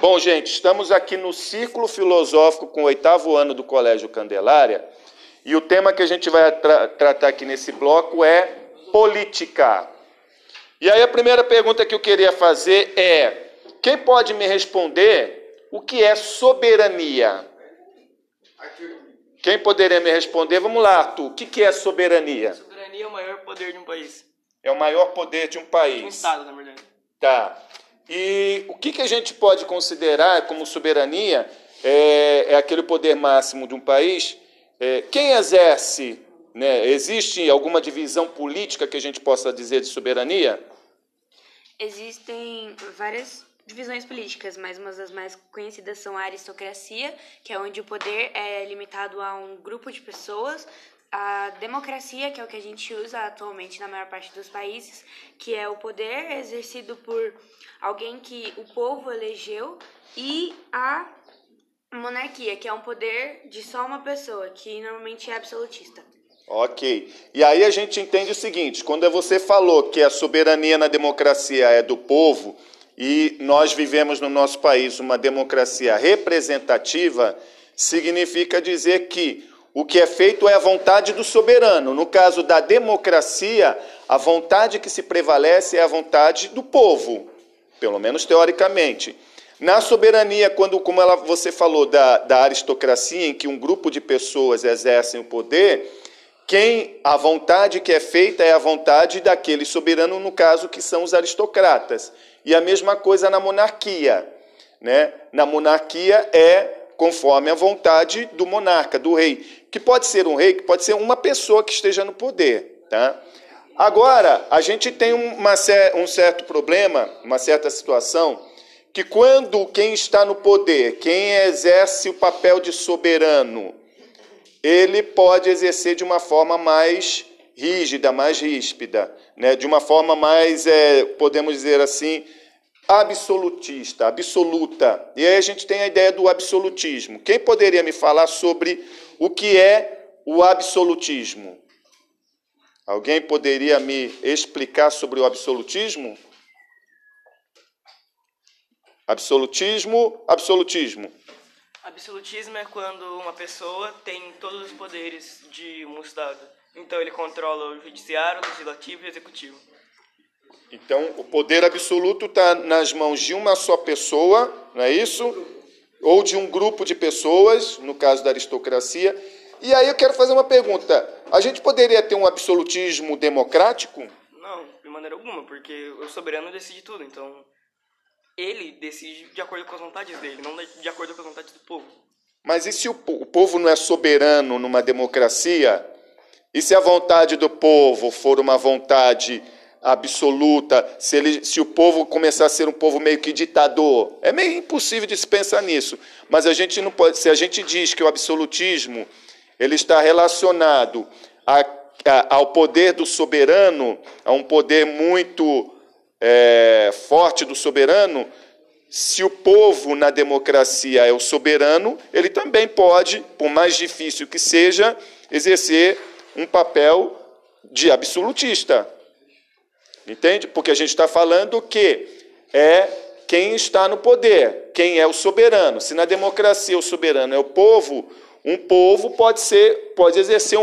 Bom, gente, estamos aqui no Círculo Filosófico com o 8º ano do Colégio Candelária e o tema que a gente vai tratar aqui nesse bloco é política. E aí a primeira pergunta que eu queria fazer é: quem pode me responder o que é soberania? Quem poderia me responder? Vamos lá, Arthur. O que é soberania? Soberania é o maior poder de um país. É o maior poder de um país. De um estado, na verdade. Tá. E o que a gente pode considerar como soberania é aquele poder máximo de um país? Quem exerce, né? Existe alguma divisão política que a gente possa dizer de soberania? Existem várias divisões políticas, mas uma das mais conhecidas são a aristocracia, que é onde o poder é limitado a um grupo de pessoas. A democracia, que é o que a gente usa atualmente na maior parte dos países, que é o poder exercido por alguém que o povo elegeu, e a monarquia, que é um poder de só uma pessoa, que normalmente é absolutista. Ok. E aí a gente entende o seguinte: quando você falou que a soberania na democracia é do povo, e nós vivemos no nosso país uma democracia representativa, significa dizer que o que é feito é a vontade do soberano. No caso da democracia, a vontade que se prevalece é a vontade do povo, pelo menos teoricamente. Na soberania, como você falou da aristocracia, em que um grupo de pessoas exercem o poder, a vontade que é feita é a vontade daquele soberano, no caso, que são os aristocratas. E a mesma coisa na monarquia, né? Na monarquia conforme a vontade do monarca, do rei, que pode ser um rei, que pode ser uma pessoa que esteja no poder, tá? Agora, a gente tem um certo problema, uma certa situação, que quando quem está no poder, quem exerce o papel de soberano, ele pode exercer de uma forma mais rígida, mais ríspida, né? De uma forma mais, podemos dizer assim, absolutista, absoluta. E aí a gente tem a ideia do absolutismo. Quem poderia me falar sobre o que é o absolutismo? Alguém poderia me explicar sobre o absolutismo? Absolutismo. Absolutismo é quando uma pessoa tem todos os poderes de um estado. Então ele controla o judiciário, o legislativo e o executivo. Então, o poder absoluto está nas mãos de uma só pessoa, não é isso? Ou de um grupo de pessoas, no caso da aristocracia. E aí eu quero fazer uma pergunta. A gente poderia ter um absolutismo democrático? Não, de maneira alguma, porque o soberano decide tudo. Então, ele decide de acordo com as vontades dele, não de acordo com as vontades do povo. Mas e se o povo não é soberano numa democracia? E se a vontade do povo for uma vontade absoluta, se o povo começar a ser um povo meio que ditador? É meio impossível de se pensar nisso. Mas a gente não pode, se a gente diz que o absolutismo ele está relacionado ao poder do soberano, a um poder muito forte do soberano, se o povo na democracia é o soberano, ele também pode, por mais difícil que seja, exercer um papel de absolutista. Entende? Porque a gente está falando que é quem está no poder, quem é o soberano. Se na democracia o soberano é o povo, um povo pode exercer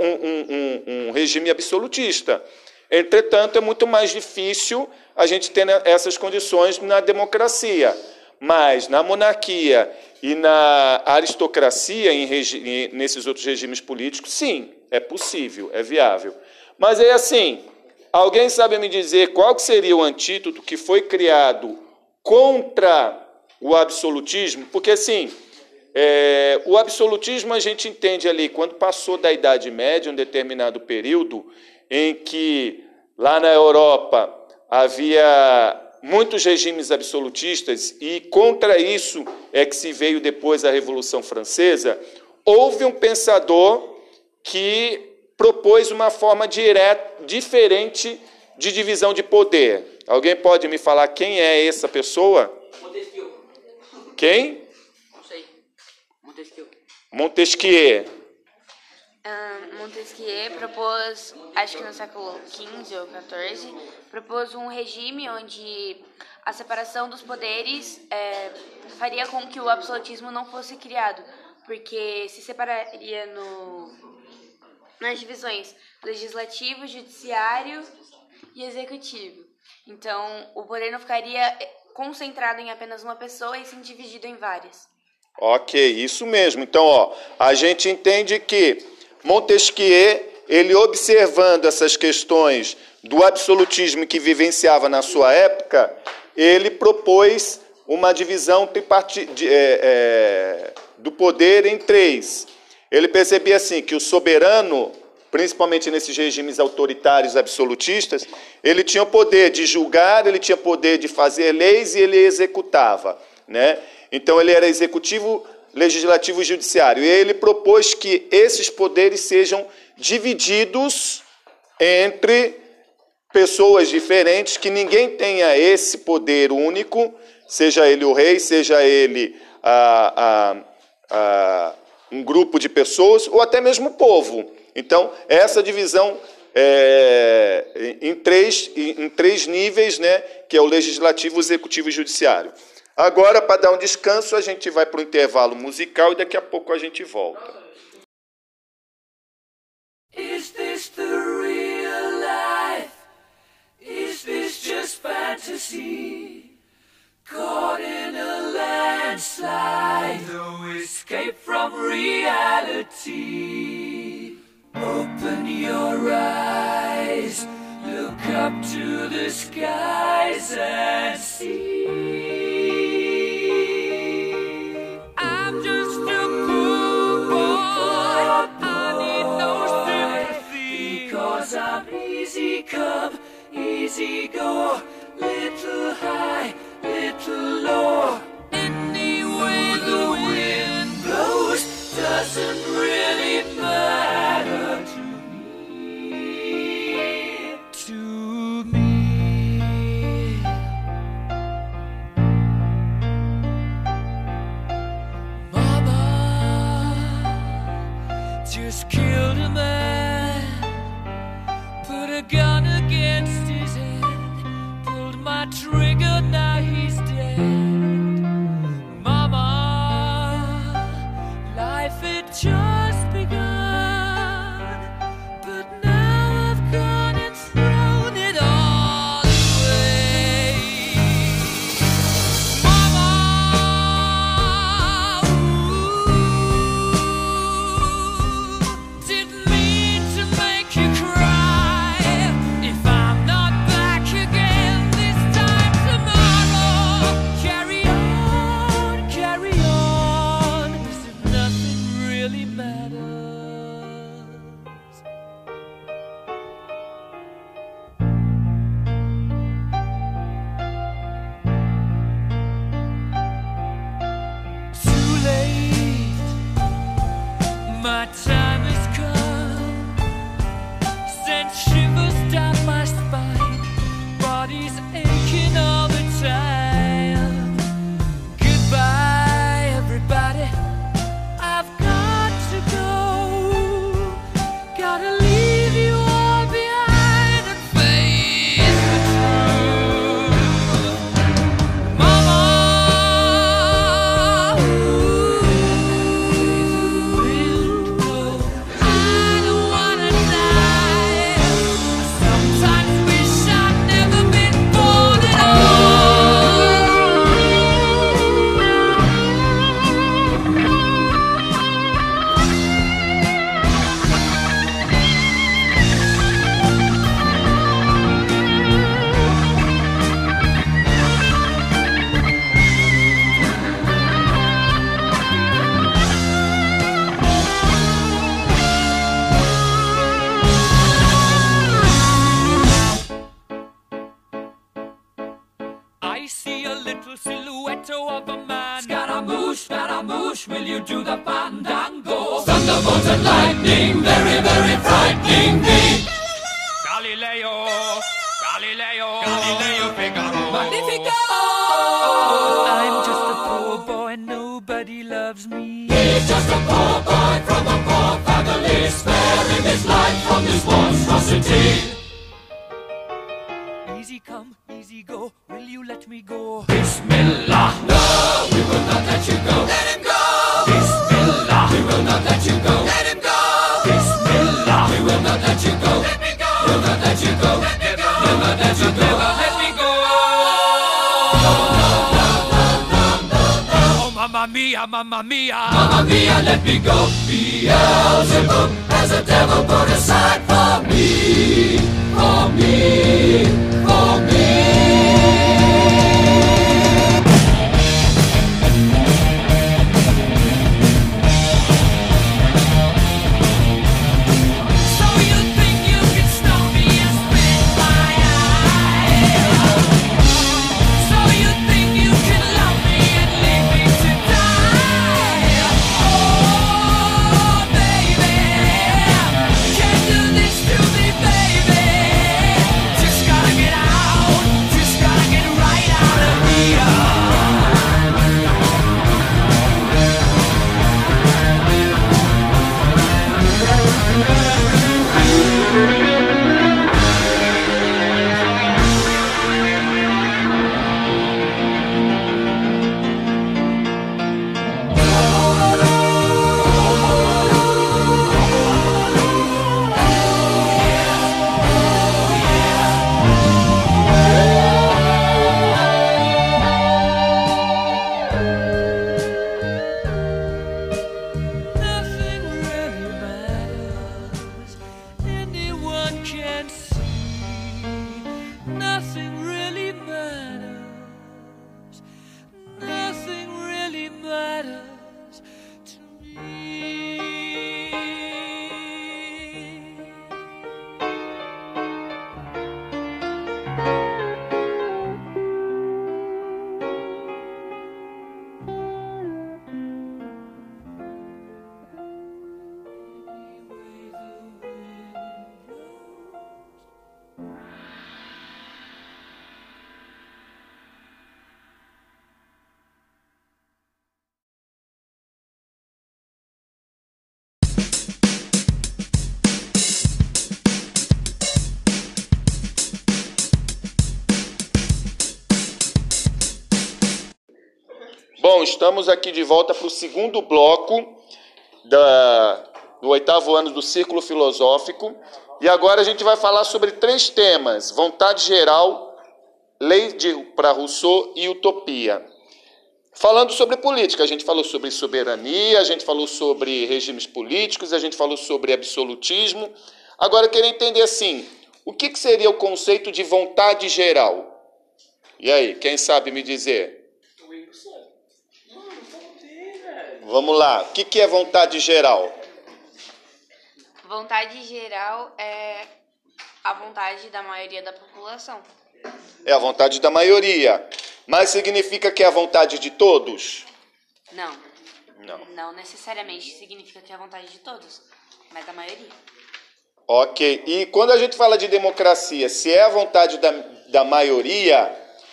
um regime absolutista. Entretanto, é muito mais difícil a gente ter essas condições na democracia. Mas na monarquia e na aristocracia, nesses outros regimes políticos, sim, é possível, é viável. Mas é assim, alguém sabe me dizer qual que seria o antídoto que foi criado contra o absolutismo? Porque, assim, o absolutismo a gente entende ali, quando passou da Idade Média, um determinado período, em que lá na Europa havia muitos regimes absolutistas, e contra isso é que se veio depois a Revolução Francesa, houve um pensador que propôs uma forma diferente de divisão de poder. Alguém pode me falar quem é essa pessoa? Montesquieu. Quem? Não sei. Montesquieu. Montesquieu. Montesquieu propôs, acho que no século XV ou XIV, propôs um regime onde a separação dos poderes faria com que o absolutismo não fosse criado, porque se separaria nas divisões legislativo, judiciário e executivo. Então, o poder não ficaria concentrado em apenas uma pessoa e sim dividido em várias. Ok, isso mesmo. Então, ó, a gente entende que Montesquieu, ele observando essas questões do absolutismo que vivenciava na sua época, ele propôs uma divisão do poder em três. Ele percebia assim que o soberano, principalmente nesses regimes autoritários absolutistas, ele tinha o poder de julgar, ele tinha o poder de fazer leis e ele executava, né? Então, ele era executivo, legislativo e judiciário. E ele propôs que esses poderes sejam divididos entre pessoas diferentes, que ninguém tenha esse poder único, seja ele o rei, seja ele um grupo de pessoas, ou até mesmo o povo. Então, essa divisão em três níveis, né, que é o legislativo, o executivo e o judiciário. Agora, para dar um descanso, a gente vai para o intervalo musical e daqui a pouco a gente volta. Is this the real life? Is this just fantasy? Caught in a landslide, no escape from reality. Open your eyes, look up to the skies and see. I'm just a poor boy, I need no sympathy, because I'm easy come, easy go, little high, little low. Any way the wind blows doesn't really matter to me, to me. Mama just killed a man, put a gun against his head, pulled my trigger, now he's dead. Mama, life had just begun, but now I've gone and thrown it all away. Mama, didn't mean to make you cry. If I'm not back again this time tomorrow, carry on, as if nothing really matters. Too late, my time has come, sent shivers down my spine, body's aching all the time. Goodbye, everybody, I've got to go, gotta leave you all behind and face the truth. Mama, I don't wanna die. Sometimes wish I'd never been born at I see a little silhouette of a man. Scaramouche, will you do the fandango? Thunderbolt and lightning, very, very frightening me. Galileo, Figaro. Magnifico! I'm just a poor boy, nobody loves me. He's just a poor boy from a poor family, sparing his life from this monstrosity. Easy come, easy go, will you let me go? mia, mamma mia. Mamma mia, let me go. Beelzebub has a devil put aside for me, for me, for me. So you think you can stop me and spit my eye? So you think you can love me and leave me to die? Oh, baby, can't do this to me, baby. Just gotta get out, just gotta get right out of here. Nothing really matters. Anyone can see. Nothing really matters. Nothing really matters to me. Bom, estamos aqui de volta para o segundo bloco do 8º ano do Círculo Filosófico. E agora a gente vai falar sobre 3 temas: vontade geral, lei para Rousseau e utopia. Falando sobre política, a gente falou sobre soberania, a gente falou sobre regimes políticos, a gente falou sobre absolutismo. Agora eu queria entender assim, o que seria o conceito de vontade geral? E aí, quem sabe me dizer? Vamos lá, o que é vontade geral? Vontade geral é a vontade da maioria da população. É a vontade da maioria, mas significa que é a vontade de todos? Não. Não. Não necessariamente significa que é a vontade de todos, mas da maioria. Ok, e quando a gente fala de democracia, se é a vontade da maioria,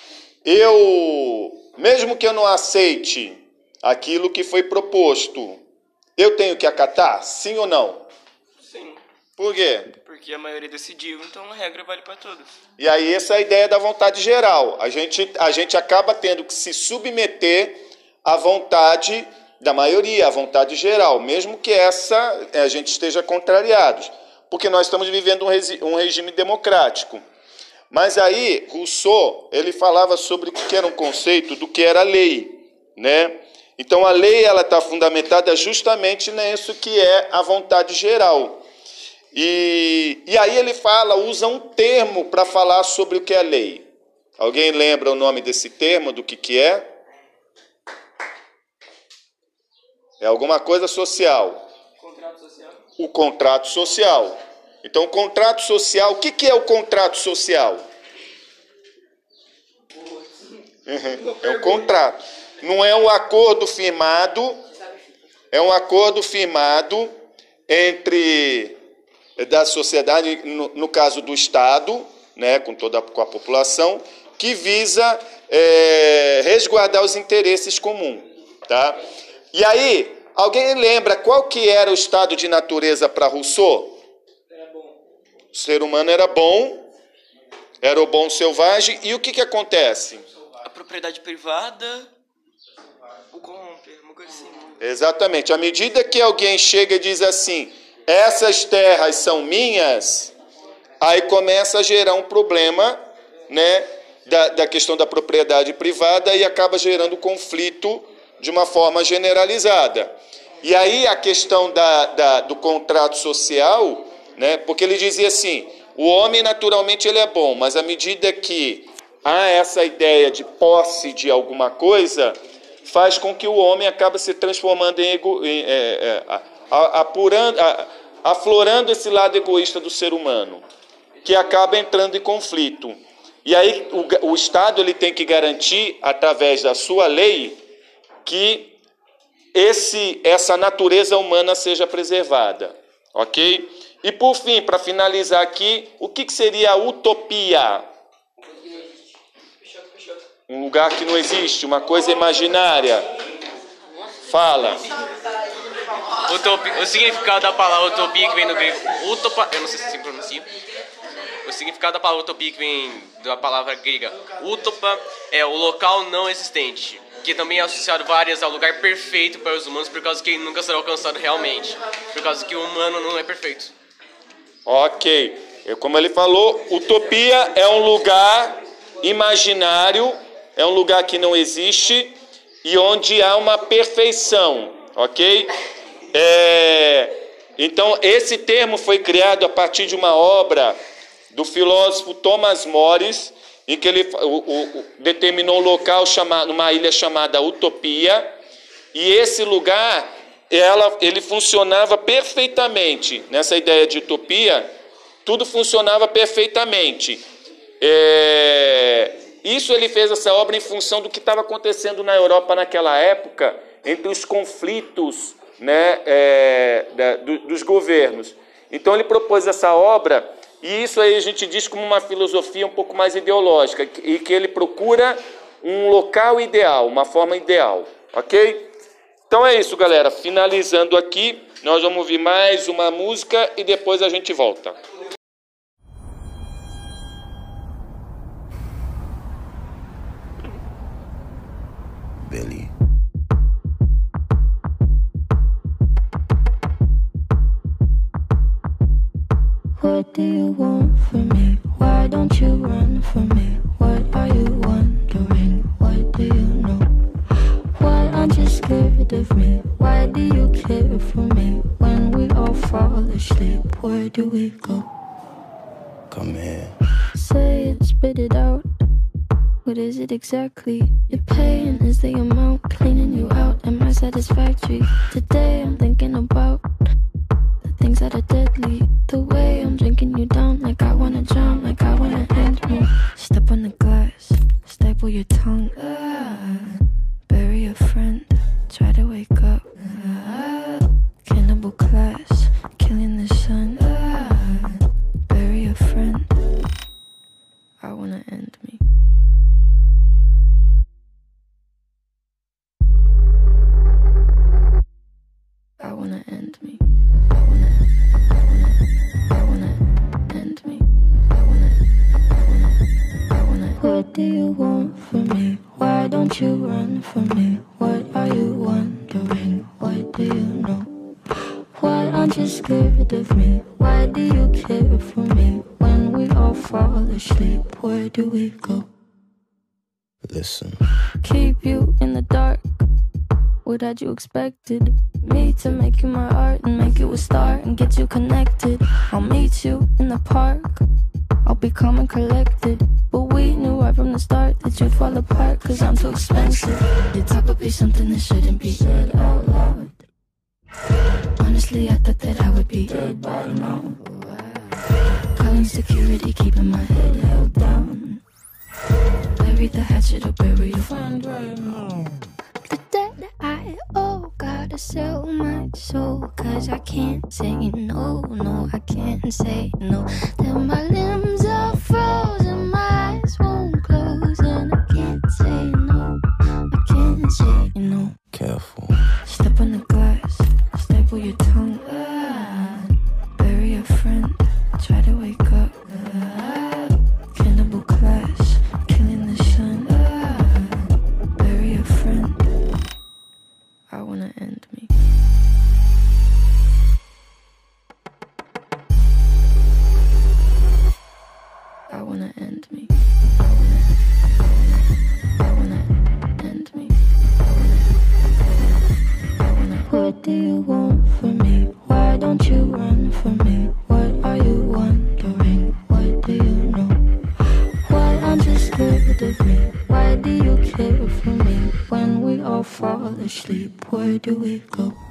mesmo que eu não aceite aquilo que foi proposto, eu tenho que acatar, sim ou não? Sim, Por quê? porque a maioria decidiu, então a regra vale para todos. E aí essa é a ideia da vontade geral. A gente acaba tendo que se submeter à vontade da maioria, à vontade geral, mesmo que a gente esteja contrariados, porque nós estamos vivendo um regime democrático. Mas aí Rousseau, ele falava sobre o que era um conceito do que era a lei, né? Então a lei ela está fundamentada justamente nisso que é a vontade geral. E aí ele usa um termo para falar sobre o que é lei. Alguém lembra o nome desse termo, do que é? É alguma coisa social. Contrato social? O contrato social. Então, o contrato social, o que é o contrato social? É um contrato. Não é um acordo firmado, é um acordo firmado entre da sociedade, no caso do Estado, né, com a população, que visa resguardar os interesses comuns. Tá? E aí, alguém lembra qual que era o estado de natureza para Rousseau? Era bom. O ser humano era bom, era o bom selvagem, e o que acontece? A propriedade privada o corrompe, uma coisa assim. Exatamente. À medida que alguém chega e diz assim, essas terras são minhas, aí começa a gerar um problema, né, da questão da propriedade privada e acaba gerando conflito de uma forma generalizada. E aí a questão do contrato social, né, porque ele dizia assim, o homem naturalmente ele é bom, mas à medida que há essa ideia de posse de alguma coisa, faz com que o homem acabe se transformando aflorando esse lado egoísta do ser humano, que acaba entrando em conflito. E aí o Estado ele tem que garantir, através da sua lei, que essa natureza humana seja preservada. Ok? E por fim, para finalizar aqui, o que seria a utopia? Um lugar que não existe, uma coisa imaginária. Fala. O significado da palavra utopia, que vem do grego utopa, eu não sei se assim pronuncia. O significado da palavra utopia, que vem da palavra grega utopa, é o local não existente, que também é associado várias ao lugar perfeito para os humanos, por causa que ele nunca será alcançado realmente, por causa que o humano não é perfeito. Ok. Como ele falou, utopia é um lugar imaginário, é um lugar que não existe e onde há uma perfeição, ok? Então, esse termo foi criado a partir de uma obra do filósofo Thomas More, em que ele determinou um local, numa ilha chamada Utopia, e esse lugar, ele funcionava perfeitamente. Nessa ideia de utopia, tudo funcionava perfeitamente. Isso ele fez essa obra em função do que estava acontecendo na Europa naquela época, entre os conflitos, né, dos governos. Então ele propôs essa obra, e isso aí a gente diz como uma filosofia um pouco mais ideológica, e que ele procura um local ideal, uma forma ideal, ok? Então é isso, galera. Finalizando aqui, nós vamos ouvir mais uma música e depois a gente volta. Billy. What do you want from me? Why don't you run from me? What are you wondering? What do you know? Why aren't you scared of me? Why do you care for me? When we all fall asleep, where do we go? Come here. Say it, spit it out. What is it exactly? Your pain is the amount cleaning you out. Am I satisfactory? Today I'm thinking about the things that are deadly. The way I'm drinking you down, like I wanna drown, like I wanna end me. Step on the glass, staple your tongue. Bury a friend, try to wake up. Cannibal class, killing the sun. Bury a friend, I wanna end me. I wanna end me. I wanna end me. I wanna. What do you want from me? Why don't you run from me? What are you wondering? What do you know? Why aren't you scared of me? Why do you care for me? When we all fall asleep, where do we go? Listen. Keep you in the dark. What had you expected? Me to make you my art and make you a star and get you connected. I'll meet you in the park. I'll be calm and collected. But we knew right from the start that you'd fall apart, cause I'm too expensive. Your talk would be something that shouldn't be said out loud. Honestly, I thought that I would be dead by now. Calling security, keeping my head held down. Bury the hatchet or bury your friend right now. The debt I owe, gotta sell my soul, cause I can't say no, no, I can't say no. Then my limbs are frozen, my eyes won't close, and I can't say no, I can't say no. Careful. Step on the glass, staple your tongue. Bury a friend, try to wake up. Cannibal class, killing the sun. Bury a friend, I wanna end me. I wanna end me. I wanna end me. I scared of me? Why do you care for me? When we all fall asleep, where do we go?